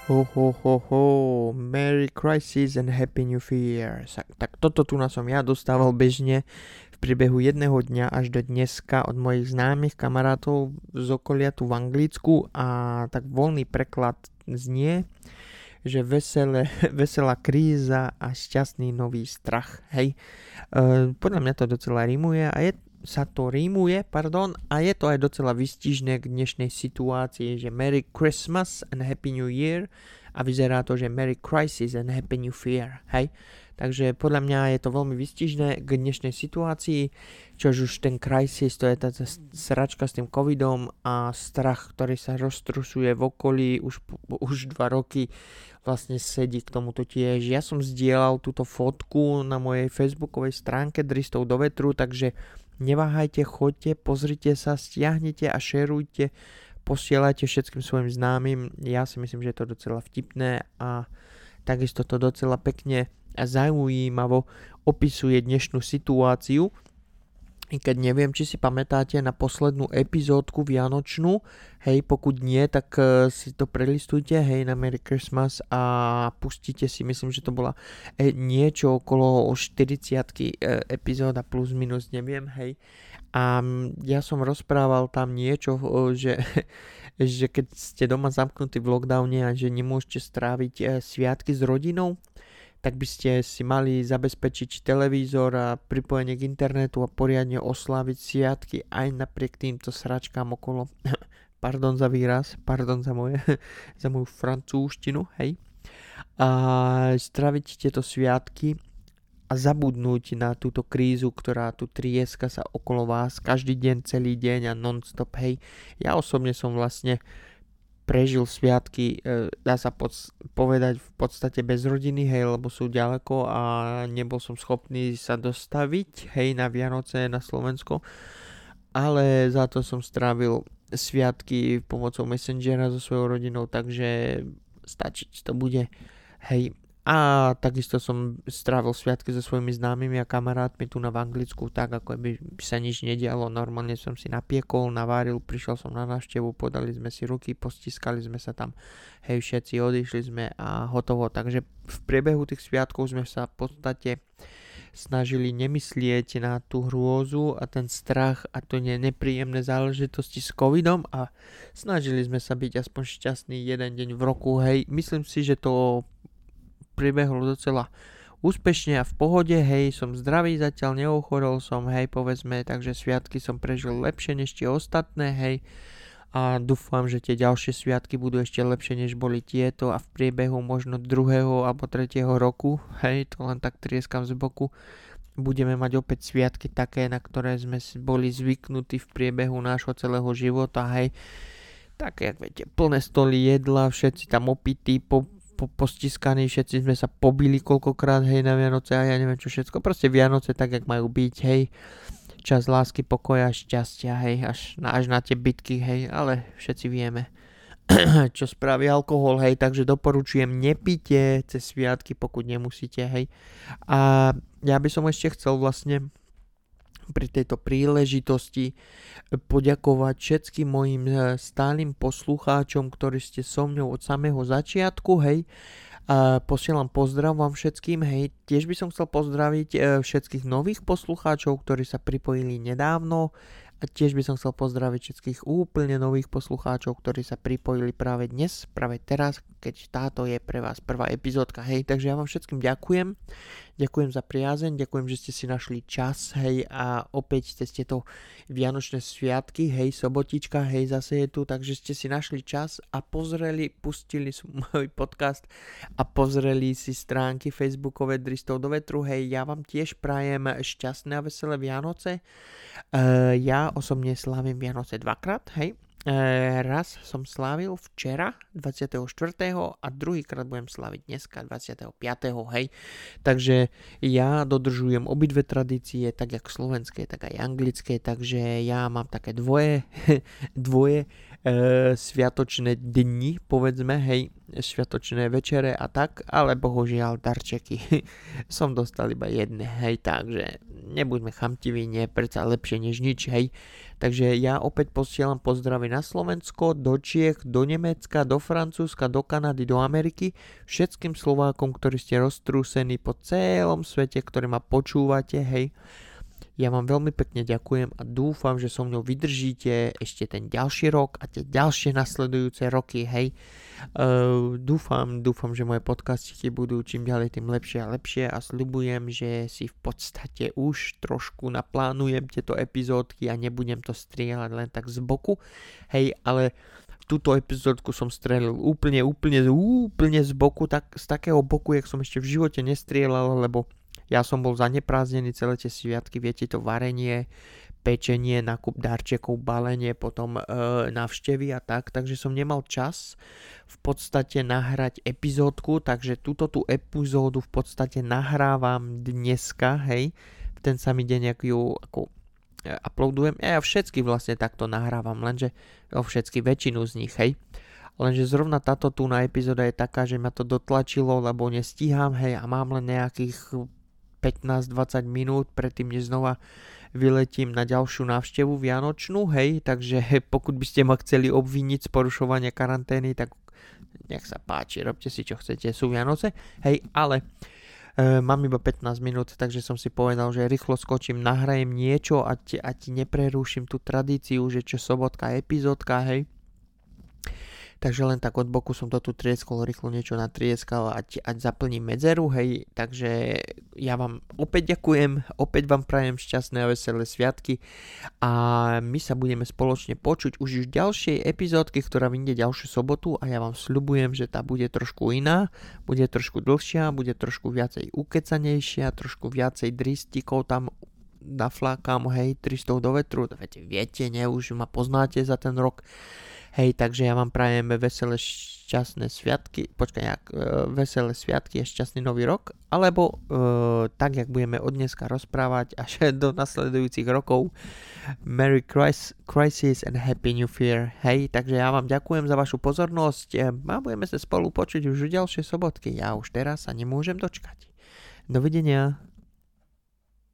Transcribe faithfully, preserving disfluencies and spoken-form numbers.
Ho, ho, ho, ho, Merry Crisis and Happy New Year. Tak toto tu na som ja dostával bežne v priebehu jedného dňa až do dneska od mojich známych kamarátov z okolia tu v Anglicku a tak voľný preklad znie, že veselé, veselá kríza a šťastný nový strach. Hej, e, podľa mňa to docela rímuje a je sa to rímuje, pardon, a je to aj docela vystižné k dnešnej situácii, že Merry Christmas and Happy New Year a vyzerá to, že Merry Crisis and Happy New Year, hej. Takže podľa mňa je to veľmi vystižné k dnešnej situácii, čož už ten crisis, to je tá sračka s tým covidom a strach, ktorý sa roztrusuje v okolí už, už dva roky, vlastne sedí k tomuto tiež. Ja som zdieľal túto fotku na mojej facebookovej stránke Dristov do vetru, takže neváhajte, choďte, pozrite sa, stiahnite a šerujte, posielajte všetkým svojim známym. Ja si myslím, že je to docela vtipné a takisto to docela pekne a zaujímavo opisuje dnešnú situáciu. I keď neviem, či si pamätáte na poslednú epizódku vianočnú, hej, pokud nie, tak uh, si to prelistujte, hej, na Merry Christmas a pustite si, myslím, že to bola e, niečo okolo štyridsiatky e, epizóda plus minus, neviem, hej. A ja som rozprával tam niečo, o, že, že keď ste doma zamknutí v lockdowne a že nemôžete stráviť e, sviatky s rodinou, tak by ste si mali zabezpečiť televízor a pripojenie k internetu a poriadne osláviť sviatky aj napriek týmto sračkám okolo. Pardon za výraz, pardon za, moje, za moju francúzštinu, hej. A stráviť tieto sviatky a zabudnúť na túto krízu, ktorá tu trieska sa okolo vás každý deň, celý deň a non-stop, hej. Ja osobne som vlastne prežil sviatky, e, dá sa pod, povedať v podstate bez rodiny, hej, lebo sú ďaleko a nebol som schopný sa dostaviť, hej, na Vianoce na Slovensko, ale za to som strávil sviatky pomocou Messengera so svojou rodinou, takže stačiť to bude, hej. A takisto som strávil sviatky so svojimi známymi a kamarátmi tu na v Anglicku, tak ako by sa nič nedialo. Normálne som si napiekol, naváril, prišiel som na návštevu, podali sme si ruky, postiskali sme sa tam, hej, všetci odišli sme a hotovo. Takže v priebehu tých sviatkov sme sa v podstate snažili nemyslieť na tú hrôzu a ten strach a to nepríjemné záležitosti s covidom a snažili sme sa byť aspoň šťastný jeden deň v roku, hej. Myslím si, že to pribehlo docela úspešne a v pohode, hej, som zdravý zatiaľ, neochorel som, hej, povedzme, takže sviatky som prežil lepšie než tie ostatné, hej, a dúfam, že tie ďalšie sviatky budú ešte lepšie než boli tieto a v priebehu možno druhého alebo tretieho roku, hej, to len tak trieskam z boku, budeme mať opäť sviatky také, na ktoré sme boli zvyknutí v priebehu nášho celého života, hej, také, jak viete, plné stoly jedla, všetci tam opití, po postiskaní, všetci sme sa pobili koľkokrát, hej, na Vianoce a ja neviem čo všetko, proste Vianoce tak, jak majú byť, hej, čas lásky, pokoja, šťastia, hej, až na, až na tie bitky, hej, ale všetci vieme, čo spraví alkohol, hej, takže doporučujem, nepite cez sviatky, pokud nemusíte, hej, a ja by som ešte chcel vlastne pri tejto príležitosti poďakovať všetkým mojim stálym poslucháčom, ktorí ste so mňou od samého začiatku, hej. A posielam pozdrav vám všetkým, hej. Tiež by som chcel pozdraviť všetkých nových poslucháčov, ktorí sa pripojili nedávno. A tiež by som chcel pozdraviť všetkých úplne nových poslucháčov, ktorí sa pripojili práve dnes, práve teraz, keď táto je pre vás prvá epizódka, hej, takže ja vám všetkým ďakujem, ďakujem za priazeň, ďakujem, že ste si našli čas, hej, a opäť ste to vianočné sviatky, hej, sobotička, hej, zase je tu, takže ste si našli čas a pozreli, pustili môj podcast a pozreli si stránky facebookové Dristov do vetru, hej, ja vám tiež prajem šťastné a veselé Vianoce. Uh, ja osobne slávim Vianoce dvakrát, hej. Uh, raz som slávil včera dvadsiateho štvrtého a druhýkrát budem sláviť dneska dvadsiateho piateho hej. Takže ja dodržujem obidve tradície, tak jak slovenské, tak aj anglické, takže ja mám také dvoje, dvoje sviatočné dni, povedzme, hej, sviatočné večere a tak, ale bohužiaľ darčeky som dostal iba jedné, hej, takže nebuďme chamtiví, nie, predsa lepšie než nič, hej. Takže ja opäť posielam pozdravy na Slovensko, do Čiech, do Nemecka, do Francúzska, do Kanady, do Ameriky, všetkým Slovákom, ktorí ste roztrúsení po celom svete, ktorí ma počúvate, hej. Ja vám veľmi pekne ďakujem a dúfam, že so mnou vydržíte ešte ten ďalší rok a tie ďalšie nasledujúce roky, hej. Uh, dúfam, dúfam, že moje podcasty budú čím ďalej tým lepšie a lepšie a sľubujem, že si v podstate už trošku naplánujem tieto epizódky a nebudem to strieľať len tak z boku, hej, ale túto epizódku som strelil úplne, úplne, úplne z boku, tak, z takého boku, jak som ešte v živote nestrieľal, lebo ja som bol zaneprázdnený celé tie sviatky, viete to varenie, pečenie, nákup darčekov, balenie, potom e, návštevy a tak, takže som nemal čas v podstate nahrať epizódku, takže túto tú epizódu v podstate nahrávam dneska, hej, v ten samý deň, jak ju ako e, uploadujem. Ja všetky vlastne takto nahrávam, lenže jo, všetky, väčšinu z nich, hej. Lenže zrovna táto tu na epizóda je taká, že ma to dotlačilo, lebo nestíham, hej, a mám len nejakých pätnásť dvadsať minút predtým, než znova vyletím na ďalšiu návštevu vianočnú, hej, takže pokud by ste ma chceli obviniť z porušovania karantény, tak nech sa páči, robte si čo chcete, sú Vianoce, hej, ale e, mám iba pätnásť minút, takže som si povedal, že rýchlo skočím, nahrajem niečo a ti, a ti nepreruším tú tradíciu, že čo sobotka epizódka, hej. Takže len tak od boku som to tu trieskol, rýchlo niečo natrieskal, ať, ať zaplním medzeru, hej. Takže ja vám opäť ďakujem, opäť vám prajem šťastné a veselé sviatky a my sa budeme spoločne počuť už v ďalšej epizódke, ktorá vyjde ďalšiu sobotu a ja vám sľubujem, že tá bude trošku iná, bude trošku dlhšia, bude trošku viacej ukecanejšia, trošku viacej dristikov tam naflákam, hej, tristov do vetru, viete, viete, ne, už ma poznáte za ten rok. Hej, takže ja vám prajem veselé šťastné sviatky, počkaj, jak, e, veselé sviatky a šťastný nový rok, alebo e, tak, jak budeme od dneska rozprávať až do nasledujúcich rokov, Merry Crisis and Happy New Year. Hej, takže ja vám ďakujem za vašu pozornosť a budeme sa spolu počuť už v ďalšie sobotky. Ja už teraz sa nemôžem dočkať. Dovidenia.